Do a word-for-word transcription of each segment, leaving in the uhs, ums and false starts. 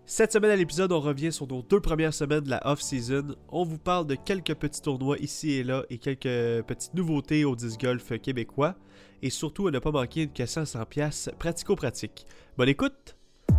Cette semaine à l'épisode, on revient sur nos deux premières semaines de la off-season. On vous parle de quelques petits tournois ici et là et quelques petites nouveautés au disc golf québécois. Et surtout, à ne pas manquer une question à cent dollars pratico-pratique. Bonne écoute!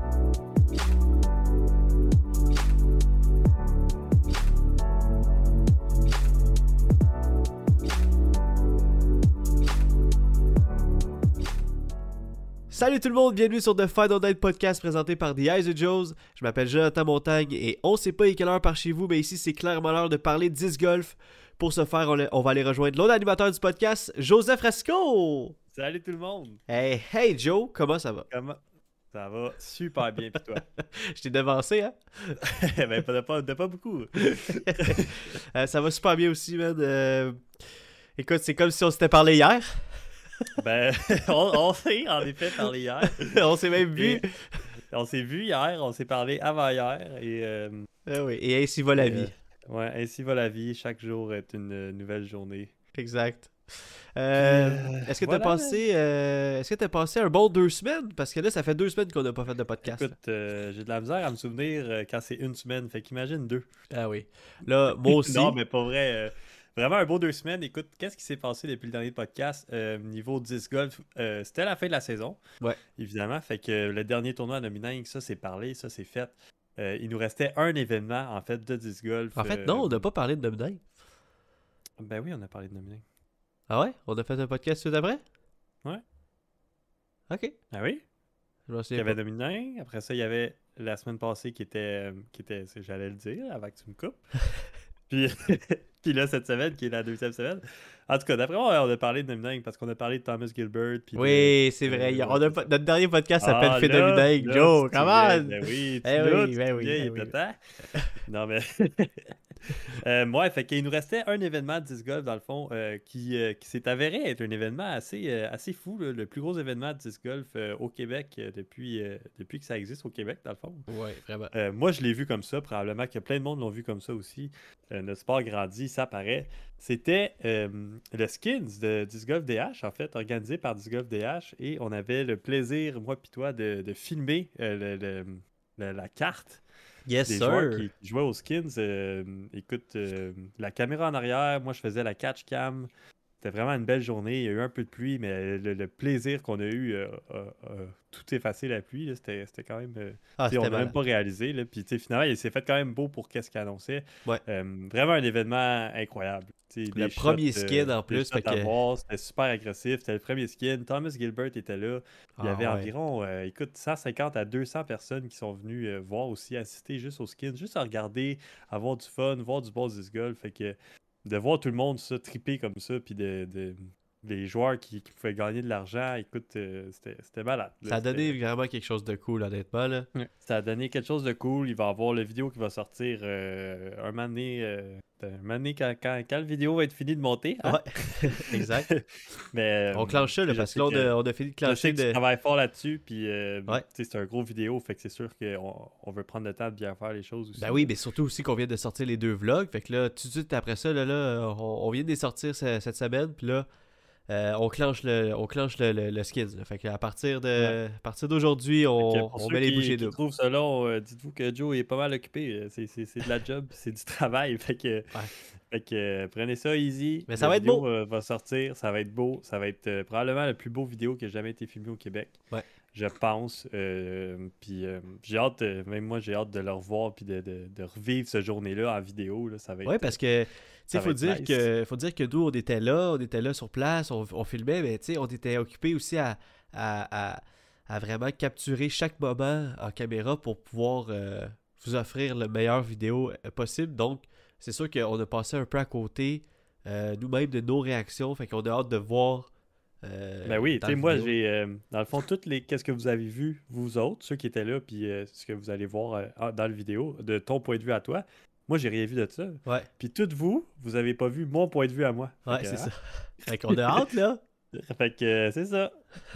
Salut tout le monde, bienvenue sur The Final Night Podcast présenté par The Eyes of Joes. Je m'appelle Jonathan Montagne et on sait pas à quelle heure par chez vous, mais ici c'est clairement l'heure de parler de disc golf. Pour ce faire, on, on va aller rejoindre l'autre animateur du podcast, Joseph Rasco. Salut tout le monde. Hey, hey Joe, comment ça va? Comment? Ça va super bien, pis toi? Je t'ai devancé, hein? Ben, pas, pas, pas beaucoup. euh, ça va super bien aussi, man. Euh... Écoute, c'est comme si on s'était parlé hier. Ben, on, on s'est en effet parlé hier. On s'est même vu. Et on s'est vu hier, on s'est parlé avant-hier. Et, euh, ah oui, et ainsi va la et, vie. Euh, ouais, ainsi va la vie. Chaque jour est une euh, nouvelle journée. Exact. Euh, Puis, euh, est-ce que voilà. t'as passé euh, est-ce que t'as passé un bon deux semaines? Parce que là, ça fait deux semaines qu'on n'a pas fait de podcast. Écoute, euh, j'ai de la misère à me souvenir euh, quand c'est une semaine. Fait qu'imagine deux. Ah oui. Là, moi aussi. Non, mais pas vrai. euh, Vraiment un beau deux semaines. Écoute, qu'est-ce qui s'est passé depuis le dernier podcast? Euh, niveau disc golf, euh, c'était la fin de la saison. Ouais. Évidemment. Fait que le dernier tournoi à Nominang, ça c'est parlé, ça c'est fait. Euh, il nous restait un événement en fait de disc golf. En fait, euh, non, on n'a pas parlé de Nominang. Ben oui, on a parlé de Nominang. Ah ouais? On a fait un podcast tout après? Ouais. Ok. Ah oui? Je m'en Il y souviens avait pas. Nominang. Après ça, il y avait la semaine passée qui était. euh, qui était c'est- j'allais le dire avant que tu me coupes. Puis, puis là, cette semaine, qui est la deuxième semaine. En tout cas, d'après moi, on a parlé de Nominang parce qu'on a parlé de Thomas Gilbert. Puis de- Oui, c'est de- vrai. de- On a pas- Notre dernier podcast s'appelle Ah, Fait là, Nominang. là, Joe, tu te come souviens. on! Ben oui, tu, Eh là, oui, tu te ben oui, souviens, ben il oui. était temps. Non, mais... euh, ouais, fait qu'il nous restait un événement de disc golf, dans le fond, euh, qui, euh, qui s'est avéré être un événement assez, euh, assez fou, là, le plus gros événement de disc golf euh, au Québec euh, depuis, euh, depuis que ça existe au Québec, dans le fond. Ouais, vraiment. Euh, moi, je l'ai vu comme ça. Probablement que plein de monde l'ont vu comme ça aussi. Euh, notre sport grandit, ça paraît. C'était euh, le Skins de Disc Golf D H, en fait, organisé par Disc Golf D H. Et on avait le plaisir, moi et toi, de, de filmer euh, le- le- le- la carte Yes, des sir. joueurs qui, qui jouaient aux Skins. Euh, écoute, euh, la caméra en arrière, moi, je faisais la catch cam. C'était vraiment une belle journée. Il y a eu un peu de pluie, mais le, le plaisir qu'on a eu, euh, euh, euh, tout effacé la pluie. là. C'était c'était quand même. euh, Ah, tu sais, on c'était n'a même malade. pas réalisé. Là. Puis tu sais, finalement, il s'est fait quand même beau pour qu'est-ce qu'il annonçait. Ouais. Euh, vraiment un événement incroyable. Tu sais, Le des premier shots, skin, euh, en des plus, shots fait à que- voir. C'était super agressif. C'était le premier skin. Thomas Gilbert était là. Il y Ah, avait ouais. environ, euh, écoute, cent cinquante à deux cents personnes qui sont venues euh, voir aussi, assister juste au skin, juste à regarder, avoir du fun, voir du bon disc golf. Fait que de voir tout le monde ça triper comme ça, puis de, de- les joueurs qui, qui pouvaient gagner de l'argent, écoute, euh, c'était c'était malade. là. Ça a donné C'était- vraiment quelque chose de cool, honnêtement, là. Ça a donné quelque chose de cool. Il va y avoir le vidéo qui va sortir euh, un moment donné, euh, un moment donné quand, quand, quand le vidéo va être fini de monter. hein. Ouais, exact. Mais, On euh, clenche ça, là, je parce que sais là, on que- a, on a fini de Je sais clencher que tu de... travailles fort là-dessus, puis euh, Ouais. tu sais, c'est un gros vidéo, fait que c'est sûr qu'on on veut prendre le temps de bien faire les choses aussi. Ben oui, mais surtout aussi qu'on vient de sortir les deux vlogs. Fait que là, tout de suite après ça, là, là on, on vient de les sortir ce- cette semaine. Puis là, euh, on clenche le, on clenche le, le, le skins. là. Fait qu'à partir de, à partir d'aujourd'hui, Fait que on, pour on ceux met les qui, bouchées qui doubles. trouvent ça long, euh, dites-vous que Joe est pas mal occupé. euh, C'est, c'est, c'est de la job, c'est du travail. Fait que, fait que euh, prenez ça easy. Mais ça La va être vidéo, beau. euh, va sortir, ça va être beau. Ça va être euh, probablement la plus beau vidéo qui a jamais été filmée au Québec. Ouais. Je pense. euh, puis euh, j'ai hâte, euh, même moi, j'ai hâte de le revoir puis de, de, de revivre cette journée-là en vidéo. Là, ça va être, Ouais, parce que, tu sais, ça va faut être dire nice. que, faut dire que nous, on était là, on était là sur place, on, on filmait, mais tu sais, on était occupés aussi à, à, à, à vraiment capturer chaque moment en caméra pour pouvoir euh, vous offrir le meilleur vidéo euh, possible. Donc, c'est sûr qu'on a passé un peu à côté euh, nous-mêmes de nos réactions, fait qu'on a hâte de voir. Euh, Ben oui, dans tu sais, la moi, vidéo. j'ai, euh, dans le fond, toutes les, qu'est-ce que vous avez vu, vous autres, ceux qui étaient là, puis euh, ce que vous allez voir euh, ah, dans la vidéo, de ton point de vue à toi, moi, j'ai rien vu de ça. Ouais, Puis toutes vous, vous avez pas vu mon point de vue à moi. Fait ouais, que, c'est hein? ça. Fait qu'on a hâte, là. Fait que euh, c'est ça.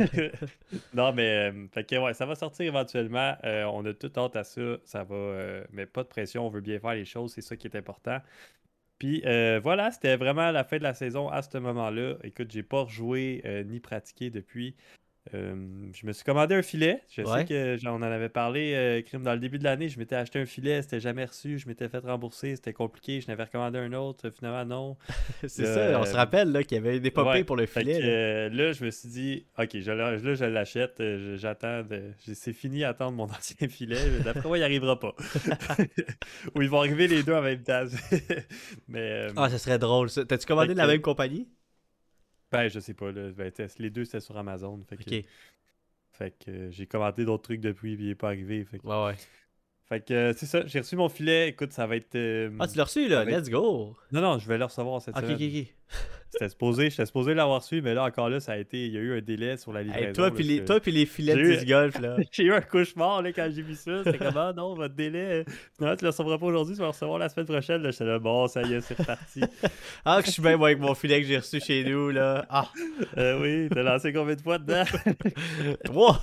Non, mais euh, fait que ouais, ça va sortir éventuellement. Euh, on a tout hâte à ça. Ça va, euh, mais pas de pression. On veut bien faire les choses. C'est ça qui est important. Puis euh, voilà, c'était vraiment la fin de la saison à ce moment-là. Écoute, j'ai pas rejoué euh, ni pratiqué depuis. Euh, je me suis commandé un filet. Je sais Ouais. que j'en en avait parlé, euh, crime, dans le début de l'année. Je m'étais acheté un filet, c'était jamais reçu. Je m'étais fait rembourser, c'était compliqué. Je n'avais recommandé un autre, finalement non. C'est Là, ça, on se euh, rappelle là, qu'il y avait une épopée ouais. pour le Fait filet. que Là. euh, là, je me suis dit, ok, je, l'a- là, je l'achète. euh, je- J'attends. de- j'ai- C'est fini d'attendre mon ancien filet. D'après moi, il arrivera pas. Ou ils vont arriver les deux en même temps. Mais euh, Ah, ça serait drôle ça. T'as-tu fait commandé de la que, même compagnie? ben, je sais pas. Là, ben, t'es- les deux, c'était sur Amazon. Fait que, Ok. fait que euh, j'ai commandé d'autres trucs depuis, puis il est pas arrivé. Fait que, Ouais, ouais. fait que euh, c'est ça. J'ai reçu mon filet. Écoute, ça va être. Ah, euh, tu l'as reçu ça là, va être. let's go! Non, non, je vais le recevoir cette Ok, ok, semaine. ok. C'était supposé, j'étais supposé l'avoir su, mais là encore là, ça a été. Il y a eu un délai sur la Hey, livraison. toi, Là, puis je- les, toi puis les filets J'ai de eu, disc golf là. j'ai eu un cauchemar là, quand j'ai vu ça. C'était comme ah non, votre délai. euh, Finalement, tu le recevras pas aujourd'hui, tu vas le recevoir la semaine prochaine. Là, j'étais là, bon, ça y est, c'est reparti. Ah, que je suis bien moi avec mon filet que j'ai reçu chez nous là. Ah, Euh, oui, t'as lancé combien de fois dedans? trois!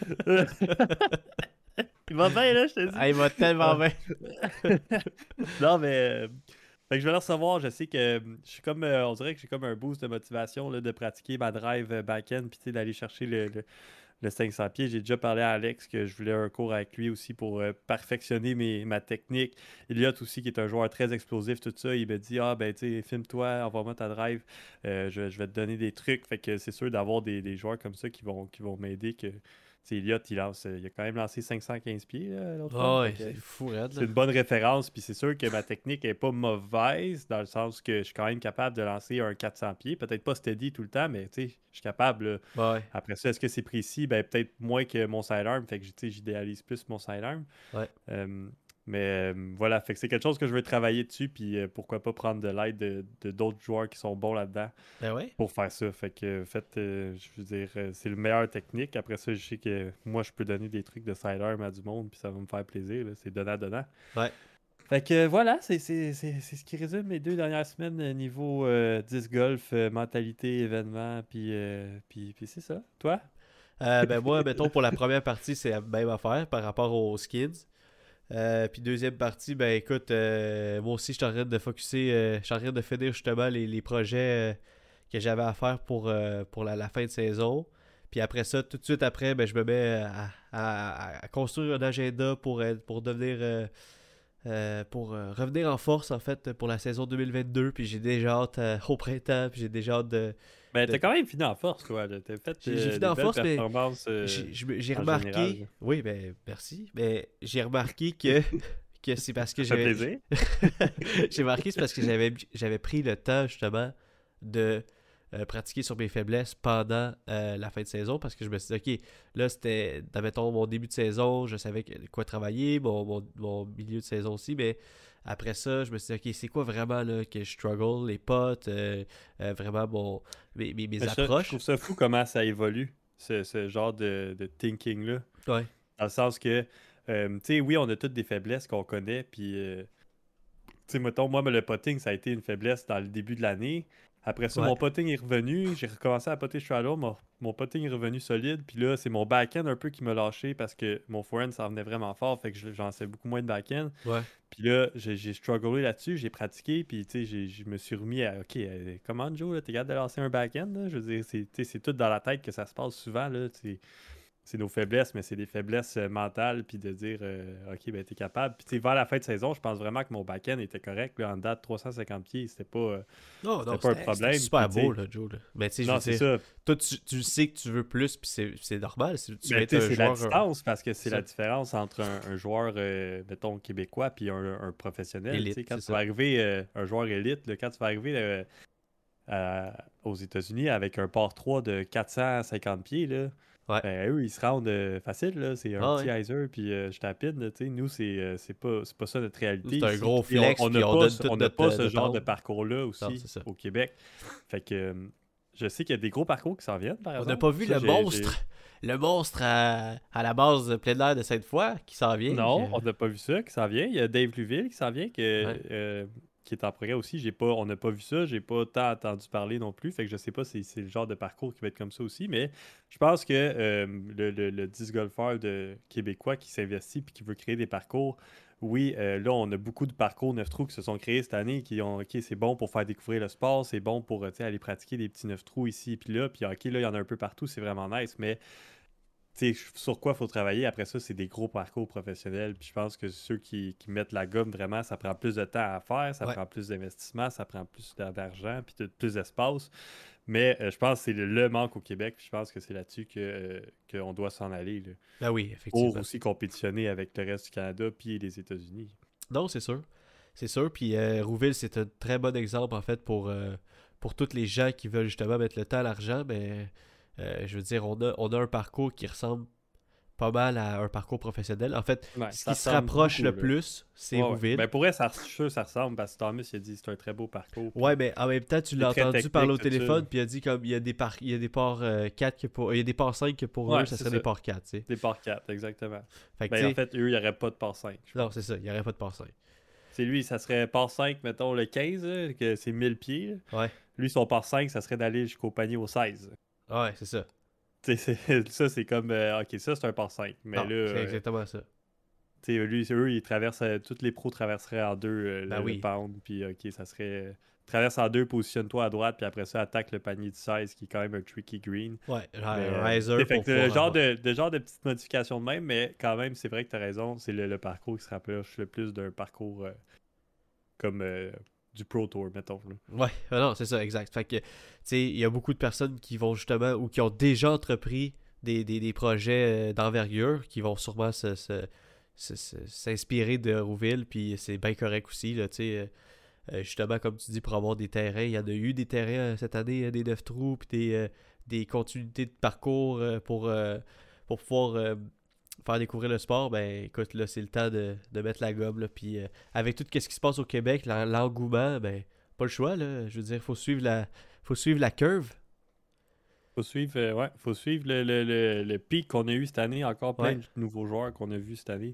Il va bien là, je te dis. Ah, il va tellement bien. Non, mais. euh, Fait que je vais le recevoir. Je sais que euh, je suis comme. euh, on dirait que j'ai comme un boost de motivation là, de pratiquer ma drive euh, back-end puis tu sais, d'aller chercher le, le- le cinq cents pieds. J'ai déjà parlé à Alex que je voulais un cours avec lui aussi pour euh, perfectionner mes, ma technique. Elliot aussi, qui est un joueur très explosif, tout ça, il me dit ah ben tu sais, filme-toi, envoie-moi ta drive, euh, je, je vais te donner des trucs. Fait que c'est sûr d'avoir des, des joueurs comme ça qui vont, qui vont m'aider. Que tu sais, Elliot, il, lance, il a quand même lancé cinq cent quinze pieds là, l'autre fois. Ah Fait ouais, que c'est fou, raide c'est là. une bonne référence, puis c'est sûr que ma technique est pas mauvaise, dans le sens que je suis quand même capable de lancer un quatre cents pieds. Peut-être pas steady tout le temps, mais tu sais, je suis capable. Là. Ouais, Après ça, est-ce que c'est précis? Ben peut-être moins que mon sidearm, fait que tu sais, j'idéalise plus mon sidearm. ouais. Euh, mais euh, voilà, fait que c'est quelque chose que je veux travailler dessus, puis euh, pourquoi pas prendre de l'aide de, de d'autres joueurs qui sont bons là-dedans Ben ouais. pour faire ça. Fait que, en fait, euh, je veux dire, euh, c'est le meilleur technique. Après ça, je sais que moi, je peux donner des trucs de sidearm à du monde, puis ça va me faire plaisir. Là. C'est donnant-donnant. Ouais. Fait que euh, voilà, c'est c'est- c'est- c'est ce qui résume mes deux dernières semaines euh, niveau euh, disc golf, euh, mentalité, événement, puis euh, puis, puis c'est ça. Toi? Euh, ben moi, mettons, pour la première partie, c'est la même affaire par rapport aux skids. Euh, puis deuxième partie, ben écoute, euh, moi aussi, je suis en train de focuser, euh, je suis en train de finir justement les, les projets euh, que j'avais à faire pour, euh, pour la, la fin de saison. Puis après ça, tout de suite après, ben, je me mets à, à- à construire un agenda pour, être- pour devenir euh, euh, pour euh, revenir en force en fait pour la saison deux mille vingt-deux. Puis j'ai déjà hâte euh, au printemps, puis j'ai déjà hâte de, Ben, de- t'as quand même fini en force, toi. là. T'as fait j'ai j'ai euh, fini des en belles force, mais performances euh, j'ai je me- j'ai en général. remarqué, là. oui, ben merci, mais j'ai remarqué que, que c'est parce que Ça fait j'avais, plaisir. j'ai remarqué c'est parce que j'avais, j'avais pris le temps justement de euh, pratiquer sur mes faiblesses pendant euh, la fin de saison parce que je me suis dit, ok, là c'était, mettons, mon début de saison, je savais que- quoi travailler, mon, mon, mon milieu de saison aussi, mais après ça, je me suis dit, ok, c'est quoi vraiment là, que je struggle, les potes, euh, euh, vraiment mon, mes, mes, mes Mais ça, je trouve approches. ça fou comment ça évolue, ce, ce genre de, de thinking-là. Ouais, Dans le sens que, euh, tu sais, oui, on a toutes des faiblesses qu'on connaît, puis euh, tu sais, mettons, moi, le potting, ça a été une faiblesse dans le début de l'année. Après ça, ouais, mon potting est revenu. J'ai recommencé à potter straddle. Mon, mon potting est revenu solide. Puis là, c'est mon back-end un peu qui m'a lâché parce que mon forehand, ça revenait vraiment fort. Fait que je- j'en sais beaucoup moins de back-end. ouais. Puis là, j'ai j'ai strugglé là-dessus. J'ai pratiqué. Puis, tu sais, j'ai- je me suis remis à OK, euh, comment, Joe, là, t'es capable de lancer un back-end, là? Je veux dire, c'est tu sais, c'est tout dans la tête que ça se passe souvent, là. tu sais. C'est nos faiblesses, mais c'est des faiblesses euh, mentales, puis de dire, euh, OK, ben, t'es capable. Puis, tu sais, vers la fin de saison, je pense vraiment que mon back-end était correct. Là, en date, trois cent cinquante pieds, c'était pas, euh, Non, c'était non, pas un c'était c'était problème. super Puis, tu beau, sais, là, Joe. Là. Mais tu sais, je non, veux c'est dire, ça. toi, tu, tu sais que tu veux plus, puis c'est c'est normal. c'est- Tu veux Mais être tu sais, un c'est la joueur. euh, distance, parce que c'est C'est la ça. différence entre un, un joueur, euh, mettons, québécois, puis un, un professionnel. Tu Élite, sais, quand c'est tu vas ça. arriver, euh, un joueur élite, là, quand tu vas arriver euh, à- aux États-Unis avec un par trois de quatre cent cinquante pieds, là, Ouais. ben, eux, ils se rendent euh, facile, là. C'est un Ah petit ouais. hyzer, puis euh, je tapine, là, tu sais. Nous, c'est euh, c'est pas, c'est pas ça notre réalité C'est un ici. gros Puis on flex, on puis n'a on pas, donne ce- toute on n'a notre, pas euh, ce notre genre de âme. parcours-là Non, aussi c'est ça. au Québec. Fait que euh, je sais qu'il y a des gros parcours qui s'en viennent, par On n'a exemple. pas vu Ça, le j'ai, j'ai- monstre. Le monstre à, à la base de plein air de cette fois qui s'en vient. Non, que- on n'a pas vu ça qui s'en vient. Il y a Dave Luville qui s'en vient, que, Ouais. euh, qui est en progrès aussi. J'ai pas, on n'a pas vu ça. J'ai pas tant entendu parler non plus. Fait que je sais pas si c'est le genre de parcours qui va être comme ça aussi. Mais je pense que euh, le, le, le disc golfeur de québécois qui s'investit puis qui veut créer des parcours oui, euh, là, on a beaucoup de parcours neuf trous qui se sont créés cette année qui ont, OK, c'est bon pour faire découvrir le sport, c'est bon pour euh, tu sais, aller pratiquer des petits neuf trous ici et puis là, puis OK, là, il y en a un peu partout, c'est vraiment nice, mais tu sais, sur quoi il faut travailler après ça, c'est des gros parcours professionnels. Puis je pense que ceux qui, qui mettent la gomme vraiment, ça prend plus de temps à faire, ça Ouais. prend plus d'investissement, ça prend plus d'argent, puis de- plus d'espace. Mais euh, je pense que c'est le, le manque au Québec, puis je pense que c'est là-dessus que, euh, qu'on doit s'en aller, là, Ben oui, pour effectivement. aussi compétitionner avec le reste du Canada puis les États-Unis. Non, c'est sûr. C'est sûr. Puis euh, Rouville, c'est un très bon exemple, en fait, pour, euh, pour tous les gens qui veulent justement mettre le temps à l'argent. Mais euh, je veux dire, on a, on a un parcours qui ressemble pas mal à un parcours professionnel. En fait, Ouais, ce ça qui se ressemble rapproche beaucoup, le là. plus, c'est Ouais, ouais. Rouville. Ben pour elle, ça, je suis sûr que ça ressemble parce que Thomas il a dit que c'est un très beau parcours. Ouais, Puis mais en même temps, tu c'est l'as très entendu parler technique, au tout ça. téléphone, puis il a dit comme il y a des par il y a des parts euh, quatre que pour il y a des parts cinq que pour eux, Ouais, ça c'est serait des ça. parts quatre, tu sais. Des par quatre, exactement. Fait que Ben en tu sais, fait, eux, il n'y aurait pas de par cinq, je non, pense. c'est ça, il y aurait pas de part cinq. C'est lui, ça serait par cinq, mettons le quinze, là, que c'est mille pieds, là. Ouais. Lui, son par cinq, ça serait d'aller jusqu'au panier au seize. Ouais, c'est ça. Tu sais, c'est- ça, c'est comme, euh, ok, ça, c'est un par cinq. Mais Non, là, c'est euh, exactement ça. tu sais, lui, eux, ils traversent, euh, tous les pros traverseraient en deux euh, Ben le, le oui. pound. Puis, ok, ça serait. Traverse en deux, positionne-toi à droite, puis après ça, attaque le panier du seize, qui est quand même un tricky green. Ouais, Mais, un euh, tu riser sais, fait pour que le pouvoir genre avoir. de, de genre de petites modifications de même, mais quand même, c'est vrai que tu as raison, c'est le, le parcours qui se rapproche le plus d'un parcours euh, comme euh, du Pro Tour, mettons. Là. Ouais, ben non, c'est ça, exact. Fait que, tu sais, il y a beaucoup de personnes qui vont justement, ou qui ont déjà entrepris des, des, des projets euh, d'envergure, qui vont sûrement se, se- se- se- s'inspirer de Rouville, puis c'est bien correct aussi, là, tu sais. euh, euh, justement, comme tu dis, pour avoir des terrains, il y en a eu des terrains euh, cette année, euh, des neuf trous, puis des, euh, des continuités de parcours euh, pour, euh, pour pouvoir euh, faire découvrir le sport. Ben écoute, là, c'est le temps de, de mettre la gomme, là, puis euh, avec tout ce qui se passe au Québec, l'en- l'engouement, ben, pas le choix, là. Je veux dire, faut suivre la, faut suivre la curve. Faut suivre, euh, ouais, faut suivre le, le, le, le pic qu'on a eu cette année, encore plein Ouais. de nouveaux joueurs qu'on a vus cette année.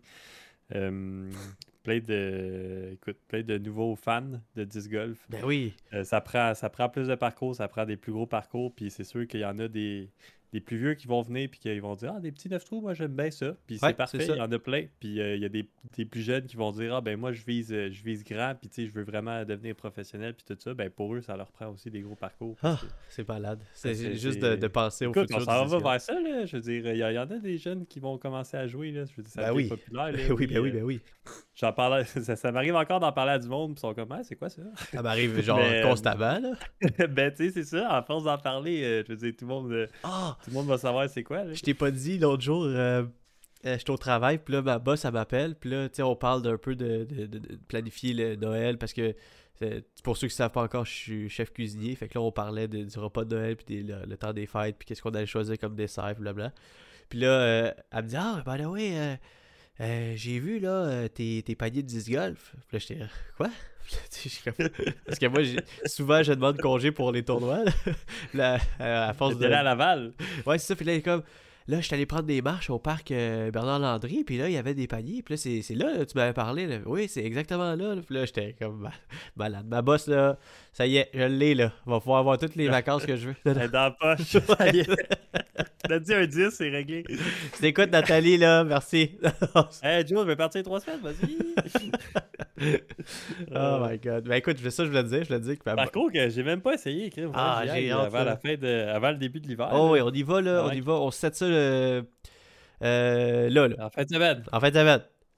Euh, plein de, écoute, plein de nouveaux fans de disc golf. Ben oui. Euh, ça prend, ça prend plus de parcours, ça prend des plus gros parcours, puis c'est sûr qu'il y en a des, des plus vieux qui vont venir, puis qui vont dire « Ah, des petits neuf trous, moi j'aime bien ça. » Puis c'est Ouais, c'est parfait, ça. il y en a plein. Puis euh, il y a des, des plus jeunes qui vont dire « Ah, ben moi je vise, euh, je vise grand, puis tu sais, je veux vraiment devenir professionnel, puis tout ça. » Ben pour eux, ça leur prend aussi des gros parcours. Parce Ah, que c'est malade. ça, C'est c'est... juste de, c'est- de penser au Écoute, on futur du s'en va disc golf. vers ça, là. Je veux dire, il y, a- il y en a des jeunes qui vont commencer à jouer, là. Je veux dire, ça Ben devient oui. populaire, là. Ben oui, ben oui, euh, ben oui. J'en parlais, ça, ça m'arrive encore d'en parler à du monde, puis ils sont comme, ah, c'est quoi ça? Ça m'arrive genre Mais, euh, constamment, là. ben, tu sais, c'est ça, à force d'en parler, euh, je veux dire, tout le monde, euh, Ah! tout le monde va savoir c'est quoi, là. Je t'ai pas dit l'autre jour, euh, euh, j'étais au travail, puis là, ma boss, elle m'appelle, puis là, tu sais, on parle d'un peu de, de- de- de planifier le Noël, parce que, euh, pour ceux qui savent pas encore, je suis chef cuisinier, fait que là, on parlait de- du repas de Noël, puis des- le, le temps des fêtes, puis qu'est-ce qu'on allait choisir comme dessert, blablabla. Puis là, euh, elle me dit, ah, by the way, euh, euh, j'ai vu, là, euh, tes, tes paniers de disc golf. Puis là, j'étais, quoi? Puis là, tu sais, je suis comme- Parce que moi, j'ai- souvent, je demande congé pour les tournois, là, Là, euh, à force J'étais de... là à Laval. Ouais, c'est ça. Puis là, il est comme. Là, je suis allé prendre des marches au parc euh, Bernard-Landry. Puis là, il y avait des paniers. Puis là, c'est, c'est là, là, tu m'avais parlé. Là. Oui, c'est exactement là, là. Puis là, j'étais comme ma- malade. Ma boss, là, ça y est, je l'ai, là. On va pouvoir avoir toutes les vacances que je veux. Elle est dans la poche. Ça y est. T'as dit un dix, c'est réglé. Si t'écoutes, Nathalie, là, merci. Hey, Joe, je vais partir trois semaines, vas-y. Oh my god. Ben écoute, ça, je voulais te dire. Je voulais te dire que ma Par bo- contre, que j'ai même pas essayé, crime. Faudrait Ah, que j'y j'ai aille hâte, avant là. la fin de, avant le début de l'hiver. Oh, là. oui, on y va, là. On Ouais. y va. On se set ça, le... euh, là, là. En fin de semaine. En fin de semaine.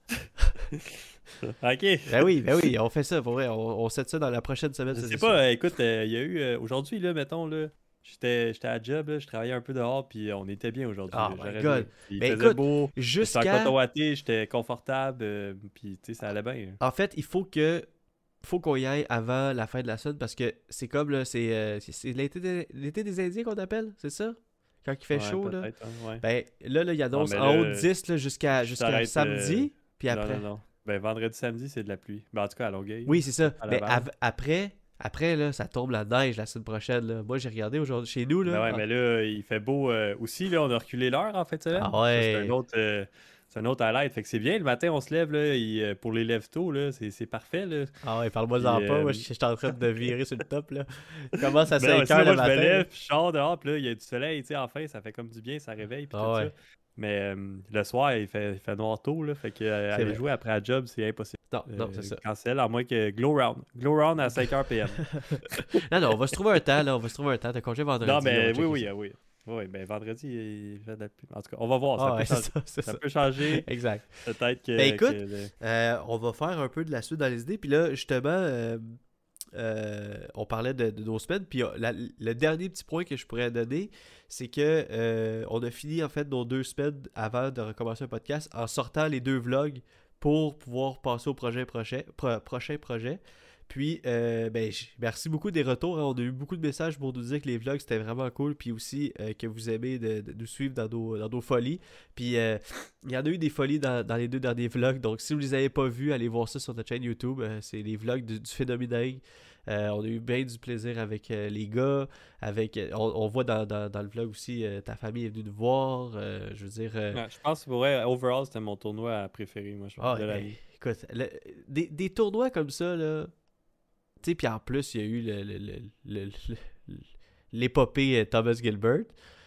Ok. Ben oui, ben oui, on fait ça, pour vrai. On, on set ça dans la prochaine semaine. Je ça, sais c'est pas, sûr. euh, écoute, euh, il y a eu euh, aujourd'hui, là, mettons, là, j'étais j'étais à job, là, je travaillais un peu dehors, puis euh, on était bien aujourd'hui. Oh là, my j'aurais God. dû. Il Ben faisait écoute, beau, j'étais en Jusqu'à. coton watté, j'étais confortable, euh, puis tu sais, ça allait bien. En fait, il faut que faut qu'on y aille avant la fin de la semaine parce que c'est comme là, c'est euh, c'est- c'est l'été des, l'été des Indiens qu'on appelle, c'est ça? Quand il fait Ouais, chaud là. peut-être, hein, ouais. Ben là, là il annonce mais en là, haut de dix là, jusqu'à je jusqu'à t'arrête, samedi, puis Non, après. non, non. Ben, vendredi, samedi, c'est de la pluie. Ben, en tout cas, à Longueuil. Oui, c'est ça. À Mais Laval. av- après, après là, ça tombe la neige la semaine prochaine là. Moi, j'ai regardé aujourd'hui chez nous là. Ben ouais, Ah, mais là, il fait beau euh, aussi. Là, on a reculé l'heure en fait de semaine. Ah Ça, c'est ouais. un autre, euh, c'est un autre highlight. Fait que c'est bien, le matin, on se lève, là, et, euh, pour les lève tôt, là, c'est, c'est parfait, là. Ah ouais, parle-moi-en Puis, pas, moi euh, je suis en train de virer sur le top, là. Commence à Mais non, mais cinq sinon, heures le moi, je me matin. lève, là. puis je sors dehors, puis là, il y a du soleil, tu sais, enfin, ça fait comme du bien, ça réveille, puis Ah tout ouais, ça. Mais euh, le soir, il fait, il fait noir tôt, là, fait que euh, c'est aller vrai. jouer après la job, c'est impossible. Non, non, c'est Euh, ça. cancel, à moins que Glow Round. Glow Round à cinq heures P M. non, non, on va se trouver un temps, là, on va se trouver un temps. T'as congé vendredi, Non, on va mais oui, checker oui, ça. euh, oui. Oui, ben vendredi, il fait de la pub. En tout cas, on va voir, ça Ah peut ouais, c'est changer. ça, c'est Ça ça. peut changer. Exact. Peut-être que, Ben que écoute, le- euh, on va faire un peu de la suite dans les idées. Puis là, justement, euh, euh, on parlait de, de nos semaines. Puis euh, la- le dernier petit point que je pourrais donner, c'est que euh, on a fini en fait nos deux semaines avant de recommencer un podcast en sortant les deux vlogs pour pouvoir passer au projet prochain, pro- prochain projet. Puis, euh, ben, j- merci beaucoup des retours. Hein. On a eu beaucoup de messages pour nous dire que les vlogs c'était vraiment cool. Puis aussi euh, que vous aimez de, de nous suivre dans nos, dans nos folies. Puis, euh, il y en a eu des folies dans, dans les deux derniers vlogs. Donc, si vous les avez pas vus, allez voir ça sur notre chaîne YouTube. Euh, c'est les vlogs du, du Phénoménal. Euh, on a eu bien du plaisir avec euh, les gars. Avec, euh, on, on voit dans, dans, dans le vlog aussi, euh, ta famille est venue nous voir. Euh, je veux dire. euh, Ouais, je pense que pour vrai, overall, c'était mon tournoi préféré, moi, je pense, ah, de ben, l'année. écoute, le- des, des tournois comme ça, là. Tu sais, puis en plus, il y a eu le, le, le, le- le- l'épopée euh, Thomas Gilbert.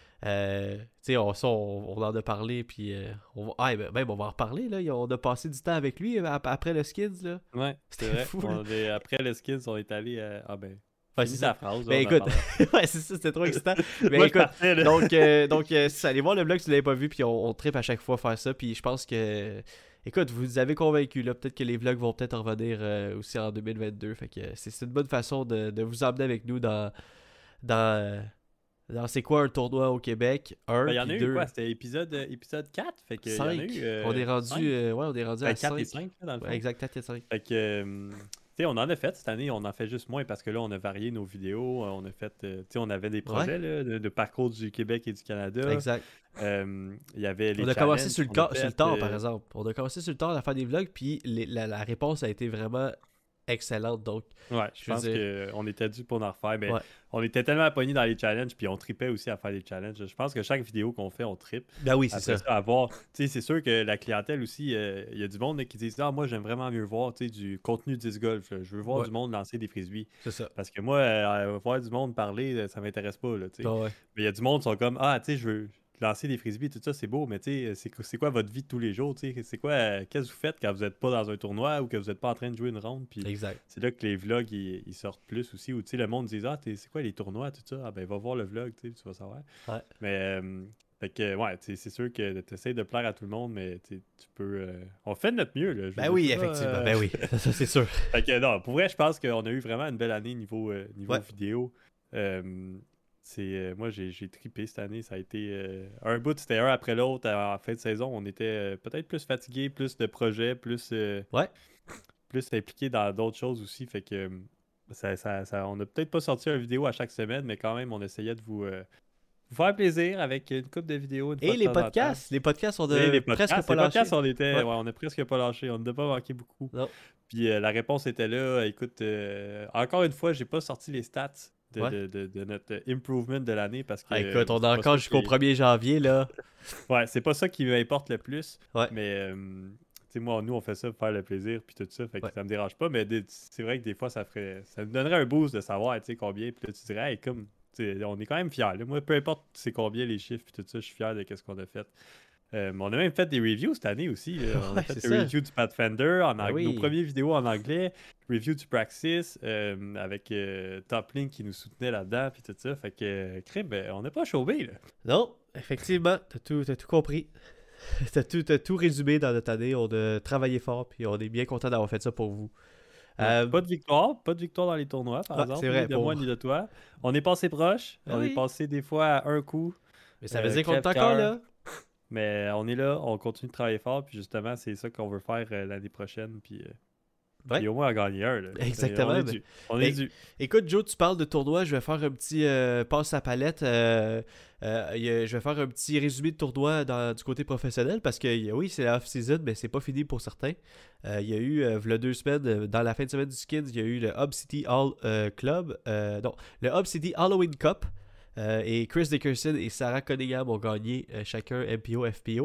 Euh, tu sais, on, ça, on, on en a parlé, puis euh, on va, ah, ben, même on va en reparler, là. On a passé du temps avec lui euh, ap- après le Skins, là. Ouais, c'est C'était vrai. fou, là. On est- après le skins, on est allé à... Ah ben, Ouais, finis c'est ta ça. phrase, là, Ben on en écoute, parlera. ouais, c'est ça, c'était trop excitant. Mais Moi, je écoute, partais, là. donc, euh, donc euh, c'est ça, allez voir le vlog si vous l'avez pas vu, puis on, on tripe à chaque fois faire ça, puis je pense que, écoute, vous nous avez convaincu, là, peut-être que les vlogs vont peut-être revenir euh, aussi en deux mille vingt-deux, fait que c'est, c'est une bonne façon de, de vous emmener avec nous dans, dans, euh, dans c'est quoi un tournoi au Québec, un, Ben, il y en a puis eu, deux, quoi? C'était épisode, euh, épisode quatre? Fait qu'il y en a cinq, eu... euh, on est rendu, cinq? euh, ouais, on est rendu Ben, à quatre et cinq, cinq, là, dans le ouais, fond. exact, quatre et cinq. Fait que, euh, tu sais, on en a fait cette année, on en fait juste moins parce que là, on a varié nos vidéos. euh, On a fait, euh, tu sais, on avait des projets là, de, de parcours du Québec et du Canada. Exact. Euh, Il y avait les On a commencé challenges sur le, qu'on a ca- sur le fait, tard, euh, par exemple. On a commencé sur le tard à faire des vlogs, puis les- la, la réponse a été vraiment excellente. Donc, Ouais, je, je veux pense dire- qu'on était dû pour en refaire. Mais Ouais. on était tellement pognés dans les challenges, puis on tripait aussi à faire des challenges. Je pense que chaque vidéo qu'on fait, on trippe. ben oui, c'est Après ça. ça, à voir. Tu sais, c'est sûr que la clientèle aussi, euh, il y a du monde là, qui disent Ah, moi, j'aime vraiment mieux voir tu sais, du contenu disc golf. Je veux voir Ouais. du monde lancer des frisbees. C'est ça. Parce que moi, euh, voir du monde parler, euh, ça m'intéresse pas. Là, tu sais. Ah ouais. Mais il y a du monde qui sont comme Ah, tu sais, je veux lancer des frisbees, tout ça, c'est beau, mais tu sais, c'est c'est quoi votre vie de tous les jours? Tu sais? C'est quoi, euh, qu'est-ce que vous faites quand vous n'êtes pas dans un tournoi ou que vous n'êtes pas en train de jouer une ronde? Puis Exact. c'est là que les vlogs ils, ils sortent plus aussi. Ou tu sais, le monde dit Ah, t'es- c'est quoi les tournois, tout ça? Ah, ben va voir le vlog, tu sais, tu vas savoir. Ouais. Mais euh, fait que, ouais, tu sais, c'est sûr que tu essaies de plaire à tout le monde, mais tu sais, tu peux. euh, On fait de notre mieux, là. Je Ben veux oui, dire, pas, effectivement. euh, Ben oui. Ça, c'est sûr. fait que non, pour vrai, je pense qu'on a eu vraiment une belle année niveau, euh, niveau Ouais. vidéo. Euh, c'est, euh, moi, j'ai, j'ai trippé cette année. Ça a été euh, un bout, c'était un après l'autre. En fin de saison, on était euh, peut-être plus fatigué, plus de projets, plus, euh, Ouais. plus impliqué dans d'autres choses aussi. Fait que euh, ça, ça, ça- on n'a peut-être pas sorti une vidéo à chaque semaine, mais quand même, on essayait de vous, euh, vous faire plaisir avec une couple de vidéos. Une fois Et de les temps en temps. podcasts. Les podcasts, on Et a les presque podcasts, pas les lâché. podcasts, on était, Ouais. ouais, on a presque pas lâché, on n'a pas manqué beaucoup. Non. Puis euh, la réponse était là. Écoute, euh, encore une fois, j'ai pas sorti les stats de, Ouais. de, de, de notre improvement de l'année parce que Ah, écoute, on c'est a pas encore ça jusqu'au qui- premier janvier, là. Ouais, c'est pas ça qui m'importe le plus. Ouais. Mais euh, tu sais, moi, nous, on fait ça pour faire le plaisir puis tout ça, fait que Ouais. ça me dérange pas. Mais des- c'est vrai que des fois, ça ferait, ça me donnerait un boost de savoir, tu sais, combien. Puis là, tu dirais, hey, comme, tu sais, on est quand même fiers. là. Moi, peu importe c'est combien les chiffres puis tout ça, je suis fier de ce qu'on a fait. Euh, mais on a même fait des reviews cette année aussi. là. On a Ouais, fait c'est des ça. reviews du Pathfinder, en Ben ang- oui. nos premières vidéos en anglais, review du Praxis, euh, avec euh, Toplink qui nous soutenait là-dedans, puis tout ça. Fait que, euh, crime, ben, on n'a pas chômé, là. Non, effectivement, t'as tout, t'as tout compris. t'as, tout, t'as tout résumé dans notre année. On a travaillé fort, puis on est bien content d'avoir fait ça pour vous. Euh, Pas de victoire, pas de victoire dans les tournois, par Ouais, exemple, c'est vrai, ni de pour- moi ni de toi. On est passé proche, Ah on oui. est passé des fois à un coup, mais ça veut euh, dire qu'on est crève-cœur. encore là. mais on est là, on continue de travailler fort, puis justement, c'est ça qu'on veut faire euh, l'année prochaine, puis, euh, Ouais. puis au moins en gagner un. Là. Exactement, On est mais- dû. On mais- est dû. Écoute, Joe, tu parles de tournoi. Je vais faire un petit euh, passe à palette. euh, euh, y a- je vais faire un petit résumé de tournoi dans, du côté professionnel parce que y a- oui, c'est la off-season, mais c'est pas fini pour certains. Euh, Il y a eu, euh, v'là deux semaines, euh, dans la fin de semaine du Skins, il y a eu le Hub City All euh, Club. euh, non, le Hub City Halloween Cup. euh, et Chris Dickerson et Sarah Cunningham ont gagné euh, chacun M P O, F P O.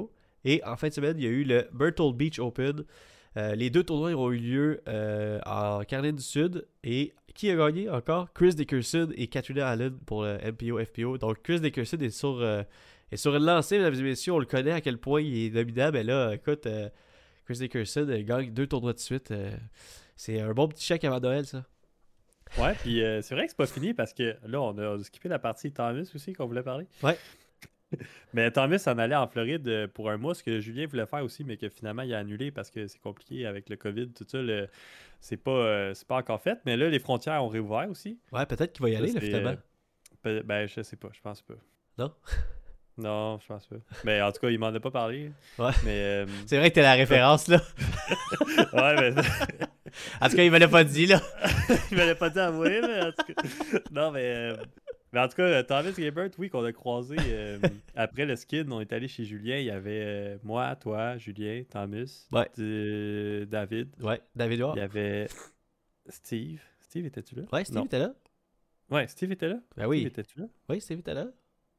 Et en fin de semaine, il y a eu le Myrtle Beach Open. Euh, les deux tournois ont eu lieu euh, en Caroline du Sud. Et qui a gagné encore? Chris Dickerson et Katrina Allen pour le M P O F P O. Donc Chris Dickerson est sur, euh, est sur une lancée, mesdames et messieurs. On le connaît à quel point il est dominant. Mais là, écoute, euh, Chris Dickerson euh, gagne deux tournois de suite. Euh, c'est un bon petit chèque avant Noël, ça. Ouais, puis euh, c'est vrai que c'est pas fini parce que là, on a skippé la partie Thomas aussi qu'on voulait parler. Ouais. Mais Thomas en allait en Floride euh, pour un mois, ce que Julien voulait faire aussi, mais que finalement il a annulé parce que c'est compliqué avec le COVID, tout ça. Le... C'est pas, euh, c'est pas encore fait. Mais là, les frontières ont réouvert aussi. Ouais, peut-être qu'il va y Ça, aller, là, c'est, finalement. euh, peut- ben, je sais pas, je pense pas. Non? Non, je pense pas. Mais en tout cas, il m'en a pas parlé. Ouais. Mais. euh, C'est vrai que t'es la référence, là. ouais, mais. En tout cas, il me l'a pas dit, là. il m'avait pas dit à moi, mais en tout cas. Non, mais. euh, Mais en tout cas, Thomas Gilbert, oui, qu'on a croisé euh, après le skin, on est allé chez Julien. Il y avait euh, moi, toi, Julien, Thomas, Ouais. D- David. Ouais, David Noir. Il y avait Steve. Steve, étais-tu là? Ouais, Steve Non. était là. Ouais, Steve était là. Ben oui. Steve, étais-tu là? Oui, Steve était là.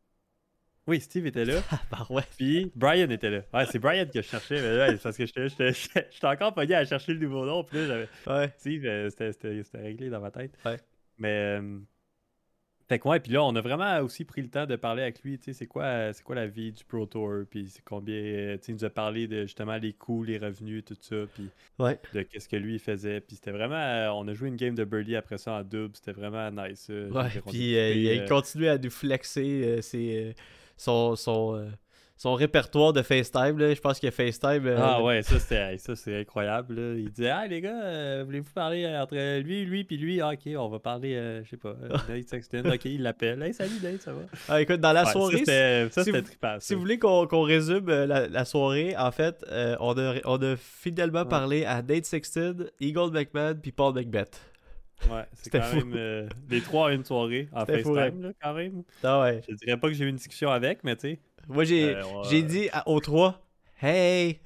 Oui, Steve était là. Ah, bah ouais. Puis Brian était là. Ouais, c'est Brian que je cherchais. Mais ouais, c'est parce que j'étais, j'étais, j'étais encore pogné à chercher le nouveau nom. Puis là, j'avais. Ouais. Steve, euh, c'était, c'était, c'était réglé dans ma tête. Ouais. Mais. euh, Fait que ouais, puis là, on a vraiment aussi pris le temps de parler avec lui, tu sais, c'est quoi, c'est quoi la vie du Pro Tour, puis c'est combien, euh, tu sais, il nous a parlé de justement les coûts, les revenus, tout ça, puis Ouais. de qu'est-ce que lui il faisait, puis c'était vraiment, euh, on a joué une game de birdie après ça en double, c'était vraiment nice. euh, je veux Ouais. dire, on Puis a euh, trippé, il a euh, continué à nous flexer euh, ses, euh, son, son, euh, son répertoire de FaceTime. Là. Je pense qu'il y a FaceTime. euh, Ah le- ouais, ça c'était hey, ça c'est incroyable. Là. Il disait ah les gars, euh, voulez-vous parler euh, entre lui, lui puis lui? Ah, ok, on va parler, euh, je sais pas, euh, Nate Sexton. Ok, il l'appelle. Hey salut Nate, ça va? Ah, écoute, dans la Ouais, ça soirée, c'était ça, si c'était vous- trippant, si ça. vous voulez qu'on qu'on résume euh, la, la soirée, en fait, euh, on, a, on a finalement Ouais. parlé à Nate Sexton, Eagle McMahon puis Paul McBeth. Ouais, c'est C'était quand fou. même euh, les trois à une soirée en C'était fou, FaceTime, là, quand même. Ah ouais. Je dirais pas que j'ai eu une discussion avec, mais tu sais. Moi, j'ai euh, on- j'ai dit à- aux trois, hey!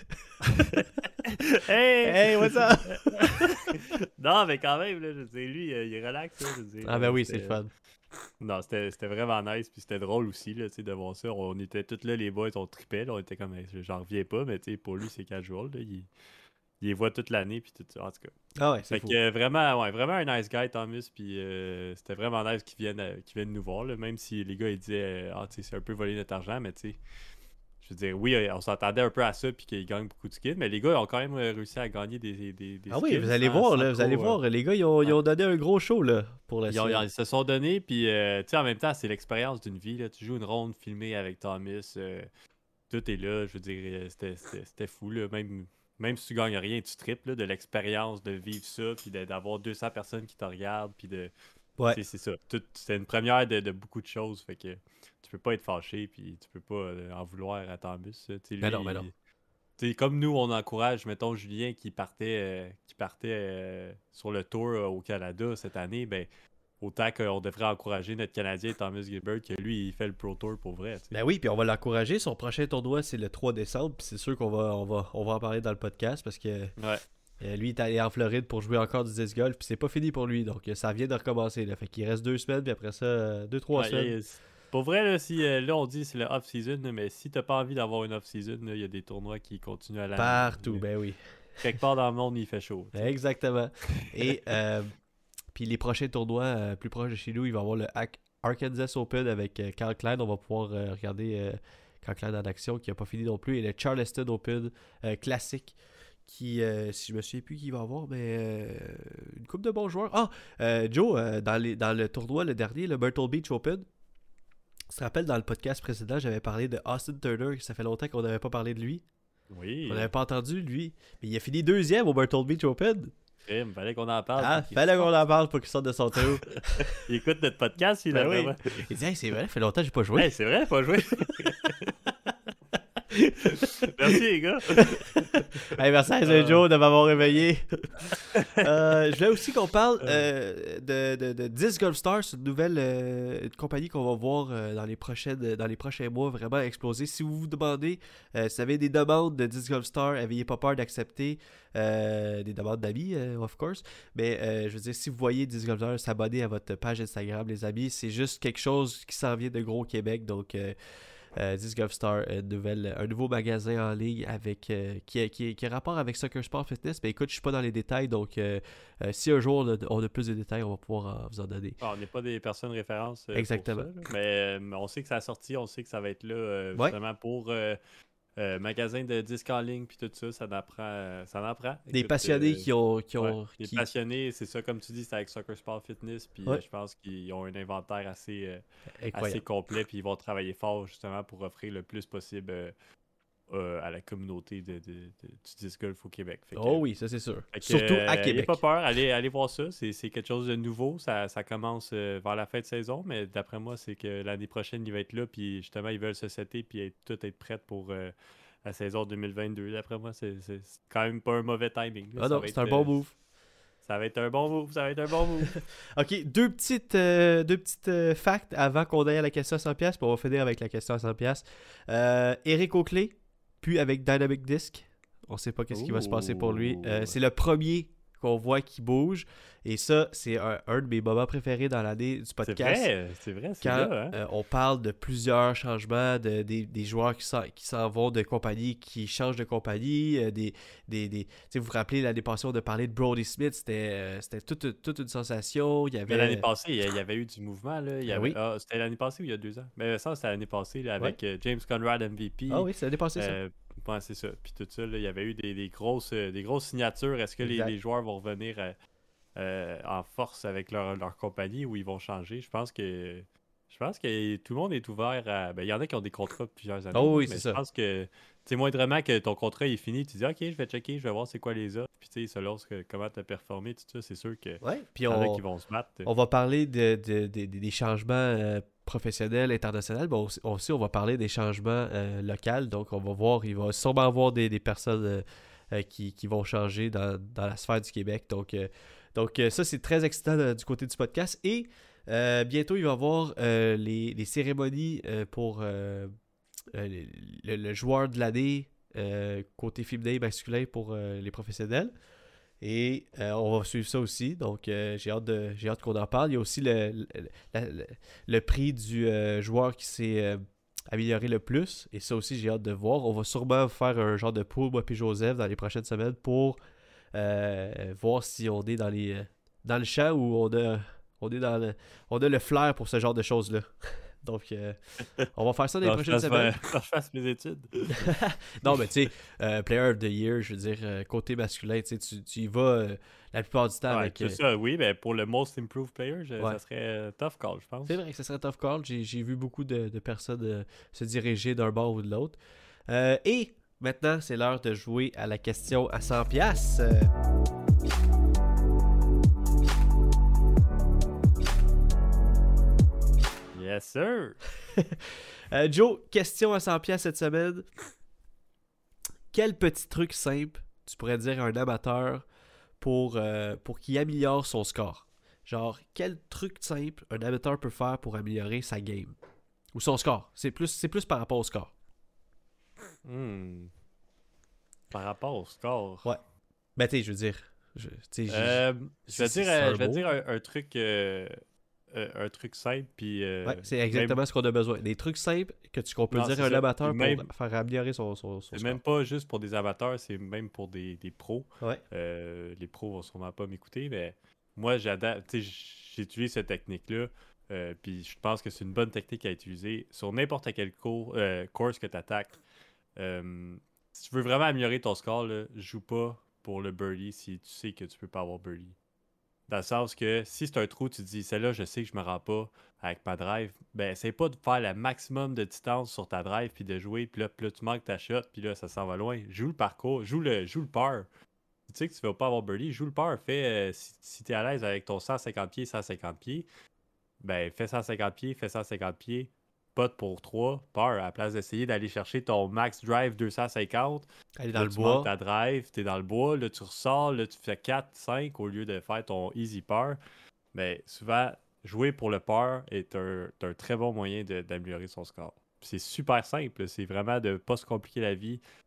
hey! Hey, what's up? non, mais quand même, là, je veux dire, lui, euh, il est relax, là, je veux dire. Ah ben euh, oui, c'est c'était- le fun. Non, c'était c'était vraiment nice, puis c'était drôle aussi, là, tu sais, de voir ça. On était tous là, les boys, on tripait, là, on était comme, j'en reviens pas, mais tu sais, pour lui, c'est casual, là, il, il les voit toute l'année, puis tout ça, en tout cas. Ah ouais, c'est Fait fou. que euh, vraiment, ouais, vraiment un nice guy, Thomas, puis euh, c'était vraiment nice qu'ils viennent, euh, qu'ils viennent nous voir, là, même si les gars, ils disaient, euh, ah, tu sais, c'est un peu voler notre argent, mais tu sais, je veux dire, oui, euh, on s'attendait un peu à ça, puis qu'ils gagnent beaucoup de skins, mais les gars, ils ont quand même euh, réussi à gagner des, des, des Ah oui, skins vous allez sans- voir, sans là, vous trop, allez euh, voir. Les gars, ils ont, ils ouais. ont donné un gros show, là, pour la Ils, ont- suite. ils se sont donnés, puis euh, tu sais, en même temps, c'est l'expérience d'une vie. Là. Tu joues une ronde filmée avec Thomas, euh, tout est là. Je veux dire, euh, c'était, c'était, c'était fou. Là. Même, même si tu gagnes rien, tu triples là, de l'expérience de vivre ça, puis de- d'avoir deux cents personnes qui te regardent, puis de. Ouais. Tu sais, c'est ça. Tout- c'était une première de, de beaucoup de choses. Fait que tu peux pas être fâché, puis tu peux pas euh, en vouloir à Thomas. Tu sais, Ben lui, non, ben non. tu sais, comme nous, on encourage, mettons, Julien qui partait, euh, qui partait euh, sur le tour euh, au Canada cette année, ben autant qu'on devrait encourager notre Canadien Thomas Gilbert que lui, il fait le Pro Tour pour vrai. tu sais. Ben oui, puis on va l'encourager. Son prochain tournoi, c'est le trois décembre. Puis c'est sûr qu'on va, on va, on va en parler dans le podcast parce que Ouais. euh, lui, il est allé en Floride pour jouer encore du disc golf. Puis c'est pas fini pour lui. Donc euh, ça vient de recommencer. Là. Fait qu'il reste deux semaines. Puis après ça, euh, deux, trois Ouais, semaines. et, euh, pour vrai, là, si, euh, là, on dit c'est le off-season, là, mais si t'as pas envie d'avoir une off-season, là, il y a des tournois qui continuent à l'année. Partout, là. ben oui. Quelque part dans le monde, il fait chaud. tu sais. Exactement. Et euh, puis les prochains tournois euh, plus proches de chez nous, il va y avoir le Ar- Arkansas Open avec euh, Carl Klein. On va pouvoir euh, regarder euh, Carl Klein en action qui n'a pas fini non plus. Et le Charleston Open euh, classique qui, euh, si je me souviens plus qui va avoir, mais euh, une couple de bons joueurs. Ah, euh, Joe, euh, dans, les, dans le tournoi, le dernier, le Myrtle Beach Open, tu te rappelles, dans le podcast précédent, j'avais parlé de Austin Turner, ça fait longtemps qu'on n'avait pas parlé de lui. Oui. On n'avait pas entendu lui. Mais il a fini deuxième au Myrtle Beach Open. Il fallait qu'on en parle. Ah, pour qu'il fallait sorte. qu'on en parle pour qu'il sorte de son trou. Il écoute notre podcast, il Ben a oui. vraiment. Il dit, hey, c'est vrai, ça fait longtemps que j'ai pas joué. Hey, c'est vrai, pas joué. Merci les gars. Hey, merci à Euh. Joe de m'avoir réveillé. Euh, je voulais aussi qu'on parle euh, de, de, de Disc Golf Stars, une nouvelle euh, une compagnie qu'on va voir euh, dans, les prochaines, dans les prochains mois vraiment exploser. Si vous vous demandez, euh, si vous avez des demandes de Disc Golf Stars, n'ayez pas peur d'accepter euh, des demandes d'amis, euh, of course. Mais euh, je veux dire, si vous voyez Disc Golf Stars, s'abonner à votre page Instagram, les amis. C'est juste quelque chose qui s'en vient de gros Québec. Donc, euh, euh, Disc Golf Star, une nouvelle, un nouveau magasin en ligne avec euh, qui, qui, qui a rapport avec Soccer Sport Fitness. Mais écoute, je suis pas dans les détails, donc euh, euh, si un jour on a, on a plus de détails, on va pouvoir euh, vous en donner. Ah, on n'est pas des personnes références euh, Exactement. pour ça, là. Mais, mais on sait que ça a sorti, on sait que ça va être là euh, Ouais. justement pour euh, euh, magasin de disques en ligne puis tout ça, ça en apprend. euh, ça en apprend. Des Écoute, passionnés euh, qui ont. Qui ouais, ont des qui... passionnés, c'est ça, comme tu dis, c'est avec Soccer Sport Fitness, puis Ouais. euh, je pense qu'ils ont un inventaire assez, euh, assez Incroyable. complet, puis ils vont travailler fort justement pour offrir le plus possible euh, euh, à la communauté de, de- de- du disc golf au Québec. Fait que, Oh oui, ça c'est sûr. fait que, Surtout euh, à ayez Québec. pas peur, allez, allez voir ça. C'est, c'est quelque chose de nouveau. Ça, ça commence euh, vers la fin de saison, mais d'après moi, c'est que l'année prochaine, il va être là. Puis justement, ils veulent se setter puis être, tout être prêt pour euh, la saison deux mille vingt-deux. D'après moi, c'est, c'est, c'est quand même pas un mauvais timing. Là. Ah Ça non, va c'est être, un bon euh, move. Ça va être un bon move. Ça va être un bon move. Ok, deux petites, euh, deux petites euh, facts avant qu'on aille à la question à cent piastres, puis on va finir avec la question à cent piastres. Euh, Eric Oakley, puis avec Dynamic Disc. On sait pas qu'est-ce qui va se passer pour lui. Euh, Ouh. c'est le premier qu'on voit qui bouge. Et ça, c'est un, un de mes moments préférés dans l'année du C'est podcast. vrai, c'est vrai, c'est Quand là. Hein? euh, on parle de plusieurs changements, de, des, des joueurs qui s'en, qui s'en vont de compagnie, qui changent de compagnie, euh, des, des, des, tu sais, vous vous rappelez l'année passée, on a parlé de Brody Smith, c'était, euh, c'était toute, toute une sensation. Il y Mais avait... l'année passée, il y a- il y avait eu du mouvement. Là. Il y Ben avait... oui. ah, c'était l'année passée ou il y a deux ans? Mais ça, c'était l'année passée là, avec euh, James Conrad M V P. Ah oui, c'est l'année passée, ça. Euh, ouais, c'est ça. Puis tout ça, là, il y avait eu des, des grosses, euh, des grosses signatures. Est-ce que les, Exact. les joueurs vont revenir euh, euh, en force avec leur, leur compagnie ou ils vont changer? Je pense que je pense que tout le monde est ouvert à. Ben, il y en a qui ont des contrats de plusieurs années. Oh oui, là, mais c'est je ça. pense que tu sais, moindrement que ton contrat est fini, tu dis OK, je vais checker, je vais voir c'est quoi les offres. Puis tu sais, selon ce que, comment tu as performé, tout ça, c'est sûr que Ouais, puis y en a on, qui vont se battre. on va parler de, de- de- de- des changements euh, professionnels, internationaux, mais aussi, aussi, on va parler des changements euh, locaux. Donc, on va voir, il va sûrement avoir des, des personnes euh, euh, qui, qui vont changer dans, dans la sphère du Québec. Donc, euh, donc euh, ça, c'est très excitant euh, du côté du podcast. Et euh, bientôt, il va y avoir euh, les, les cérémonies euh, pour euh, euh, le, le joueur de l'année euh, côté féminin et masculin pour euh, les professionnels. Et euh, on va suivre ça aussi. Donc, euh, j'ai hâte, de, j'ai hâte qu'on en parle. Il y a aussi le, le, la- le- le prix du euh, joueur qui s'est euh, amélioré le plus. Et ça aussi, j'ai hâte de voir. On va sûrement faire un genre de pool, moi et Joseph, dans les prochaines semaines pour euh, voir si on est dans, les, euh, dans le champ ou on a, on, est dans le, on a le flair pour ce genre de choses-là. Donc, euh, on va faire ça dans les Faut que je prochaines fasse, semaines. ma- faut que je fasse mes études. Non, mais tu sais, euh, Player of the Year, je veux dire, euh, côté masculin, tu sais, tu tu y vas euh, la plupart du temps Ouais, avec. c'est euh, ça, oui, mais pour le Most Improved Player, je- Ouais. ça serait euh, tough call, je pense. C'est vrai que ce serait tough call. J'ai, j'ai vu beaucoup de, de personnes euh, se diriger d'un bord ou de l'autre. Euh, et maintenant, c'est l'heure de jouer à la question à cent piastres. Euh, Yes, sir! euh, Joe, question à cent piastres cette semaine. Quel petit truc simple tu pourrais dire à un amateur pour, euh, pour qu'il améliore son score? Genre, quel truc simple un amateur peut faire pour améliorer sa game? Ou son score. C'est plus, c'est plus par rapport au score. Hmm. Par rapport au score. Ouais. Ben, tu sais, je veux dire. Je, tu sais, j'ai- Euh, je vais c'est- dire, c'est euh, un je vais mot. dire un, un truc euh, euh, un truc simple, puis... euh, Ouais, c'est exactement même- ce qu'on a besoin. Des trucs simples que tu, qu'on peut Non, dire c'est à un ça. amateur Puis même- pour faire améliorer son, son, son C'est score. même pas juste pour des amateurs, c'est même pour des, des pros. Ouais. Euh, les pros vont sûrement pas m'écouter, mais moi, j'adapte, tu sais, j'utilise cette technique-là, euh, puis je pense que c'est une bonne technique à utiliser sur n'importe quel cours, euh, course que tu attaques. Si tu veux vraiment améliorer ton score, là, joue pas pour le birdie si tu sais que tu peux pas avoir birdie. Dans le sens que si c'est un trou, tu te dis, celle-là, je sais que je me rends pas avec ma drive, ben, essaye pas de faire le maximum de distance sur ta drive puis de jouer, puis là, puis là, tu manques ta shot, puis là, ça s'en va loin. Joue le parcours, joue le, joue le par. Tu sais que tu vas pas avoir birdie, joue le par. Fais, euh, si, si tu es à l'aise avec ton cent cinquante pieds, cent cinquante pieds, ben, fais cent cinquante pieds, fais cent cinquante pieds, pot pour trois, par, à la place d'essayer d'aller chercher ton max drive deux cent cinquante. Aller dans Là, le tu bois. manques ta drive, tu es dans le bois, là, tu ressors, là, tu fais quatre, cinq au lieu de faire ton easy par. Mais souvent, jouer pour le par est un, est un très bon moyen de- d'améliorer son score. Puis c'est super simple, c'est vraiment de ne pas se compliquer la vie.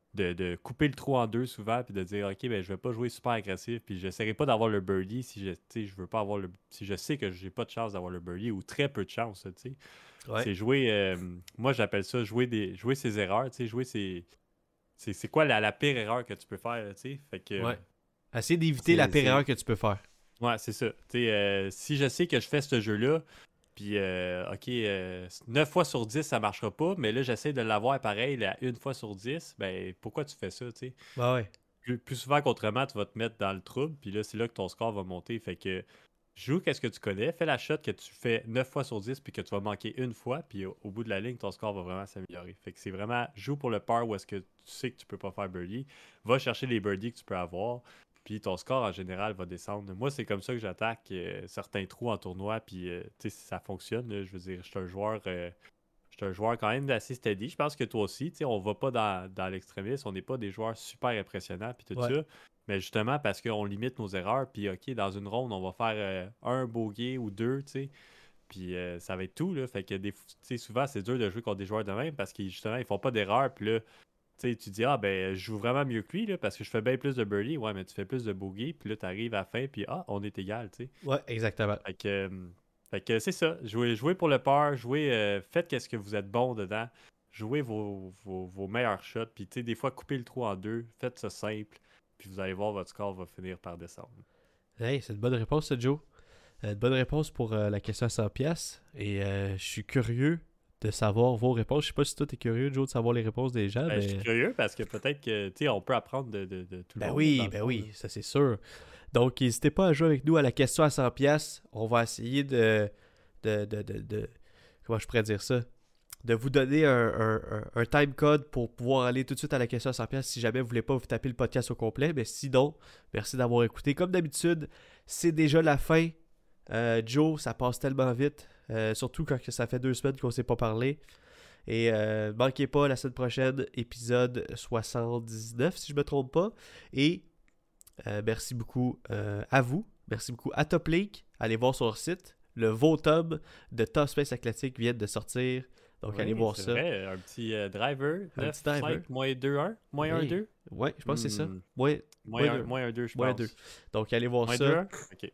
de, de couper le trou en deux souvent, puis de dire, OK, ben, je vais pas jouer super agressif, puis j'essaierai pas d'avoir le birdie si je, tu sais, je veux pas avoir le, si je sais que j'ai pas de chance d'avoir le birdie, ou très peu de chance, tu sais. Ouais. C'est jouer, euh, moi j'appelle ça jouer, des, jouer ses erreurs, tu sais, jouer ses... C'est, c'est quoi la, la pire erreur que tu peux faire, tu sais? Fait que... Ouais. Essayer d'éviter c'est- la pire c'est- erreur que tu peux faire. Ouais, c'est ça. Tu sais, euh, si je sais que je fais ce jeu-là, puis, euh, OK, euh, neuf fois sur dix, ça marchera pas, mais là, j'essaie de l'avoir pareil, là, une fois sur dix, ben, pourquoi tu fais ça, tu sais? Bah ouais. Plus, plus souvent qu'autrement, tu vas te mettre dans le trouble, puis là, c'est là que ton score va monter. Fait que joue qu'est-ce que tu connais, fais la shot que tu fais neuf fois sur dix, puis que tu vas manquer une fois, puis au, au bout de la ligne, ton score va vraiment s'améliorer. Fait que c'est vraiment, joue pour le par où est-ce que tu sais que tu peux pas faire birdie, va chercher les birdies que tu peux avoir, puis ton score en général va descendre. Moi, c'est comme ça que j'attaque euh, certains trous en tournoi, puis euh, tu sais, si ça fonctionne, là, je veux dire, je suis un joueur... euh, je suis un joueur quand même assez steady. Je pense que toi aussi, tu sais, on va pas dans, dans l'extrémisme, on n'est pas des joueurs super impressionnants, puis tout Ouais. ça. Mais justement, parce qu'on limite nos erreurs, puis OK, dans une ronde, on va faire euh, un bogey ou deux, tu sais. Puis euh, ça va être tout, là. Fait que des, tu sais, souvent, c'est dur de jouer contre des joueurs de même parce qu'ils, justement, ils font pas d'erreurs. Puis là, tu sais, tu dis, ah, ben, je joue vraiment mieux que lui, là, parce que je fais bien plus de birdie. Ouais, mais tu fais plus de bogey. Puis là, tu arrives à la fin, puis ah, on est égal, tu sais. Ouais, exactement. Fait que, euh, fait que c'est ça. Jouez, jouez pour le par, jouez, euh, faites qu'est-ce que vous êtes bon dedans. Jouez vos, vos, vos meilleurs shots. Puis, tu sais, des fois, coupez le trou en deux. Faites ça simple. Puis vous allez voir, votre score va finir par descendre. Hey, c'est une bonne réponse, ça, Joe. Euh, une bonne réponse pour euh, la question à cent piastres. Et euh, je suis curieux de savoir vos réponses. Je sais pas si toi, t'es curieux, Joe, de savoir les réponses des gens. Ben, mais... Je suis curieux parce que peut-être que, tu sais, on peut apprendre de, de, de tout le Ben monde. oui, dans le ben fond, oui, là. ça c'est sûr. Donc, n'hésitez pas à jouer avec nous à la question à cent piastres. On va essayer de, de, de, de, de- Comment je pourrais dire ça? De vous donner un, un, un, un time code pour pouvoir aller tout de suite à la question à cent piastres si jamais vous voulez pas vous taper le podcast au complet. Mais sinon, merci d'avoir écouté. Comme d'habitude, c'est déjà la fin. Euh, Joe, ça passe tellement vite. Euh, surtout quand ça fait deux semaines qu'on ne s'est pas parlé. Et euh, manquez pas la semaine prochaine, épisode soixante-dix-neuf, si je me trompe pas. Et euh, merci beaucoup euh, à vous. Merci beaucoup à Top League. Allez voir sur leur site. Le Votum de Top Space Athletic vient de sortir. Donc Oui, allez voir c'est ça. vrai, un petit euh, driver. Un neuf, petit driver. cinq, moins deux, un. Moins un, Oui. deux. Ouais, je pense que c'est ça. Hmm. Ouais, Moins moins un, deux. moins un, deux, je Moins pense. deux. Donc allez voir Moins ça. deux, un? OK.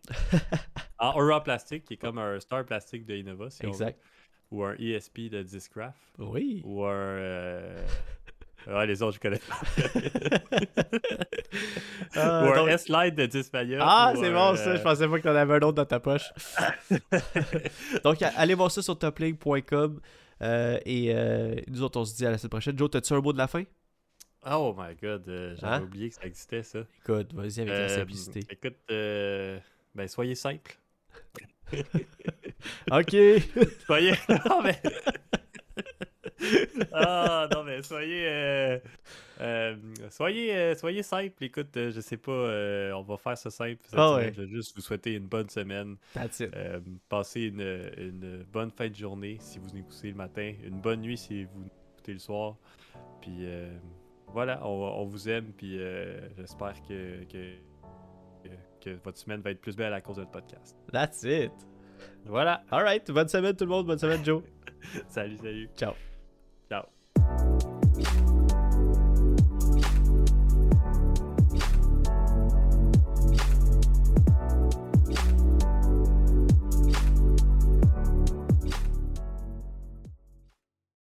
En Aura Plastic, qui est comme un Star Plastic de Innova, si Exact. on veut. Ou un E S P de Discraft. Oui. Ou un... Euh... Ouais, les autres, je connais pas. Ah, ou un donc- S-Lite de Dispalia. Ah, ou c'est un, bon ça. euh, Je pensais pas que t'en avais un autre dans ta poche. Donc a- allez voir ça sur topleague point com. Euh, et euh, nous autres, on se dit à la semaine prochaine. Joe, t'as-tu un mot de la fin? Oh my god, euh, j'avais Hein? oublié que ça existait, ça. Écoute, vas-y avec la Euh, simplicité. écoute, euh, ben soyez simple. Ok. Soyez... non, mais... ah, non, mais soyez... euh, euh, soyez, euh, soyez simple. Écoute, euh, je sais pas, euh, on va faire ça simple cette Ah semaine. ouais. Je vais juste vous souhaiter une bonne semaine. That's it. Euh, passez une, une bonne fin de journée si vous nous écoutez le matin. Une bonne nuit si vous nous écoutez le soir. Puis euh, voilà, on, on vous aime. Puis euh, j'espère que, que, que votre semaine va être plus belle à cause de notre podcast. That's it. Voilà. Alright, bonne semaine tout le monde. Bonne semaine, Joe. Salut, salut. Ciao.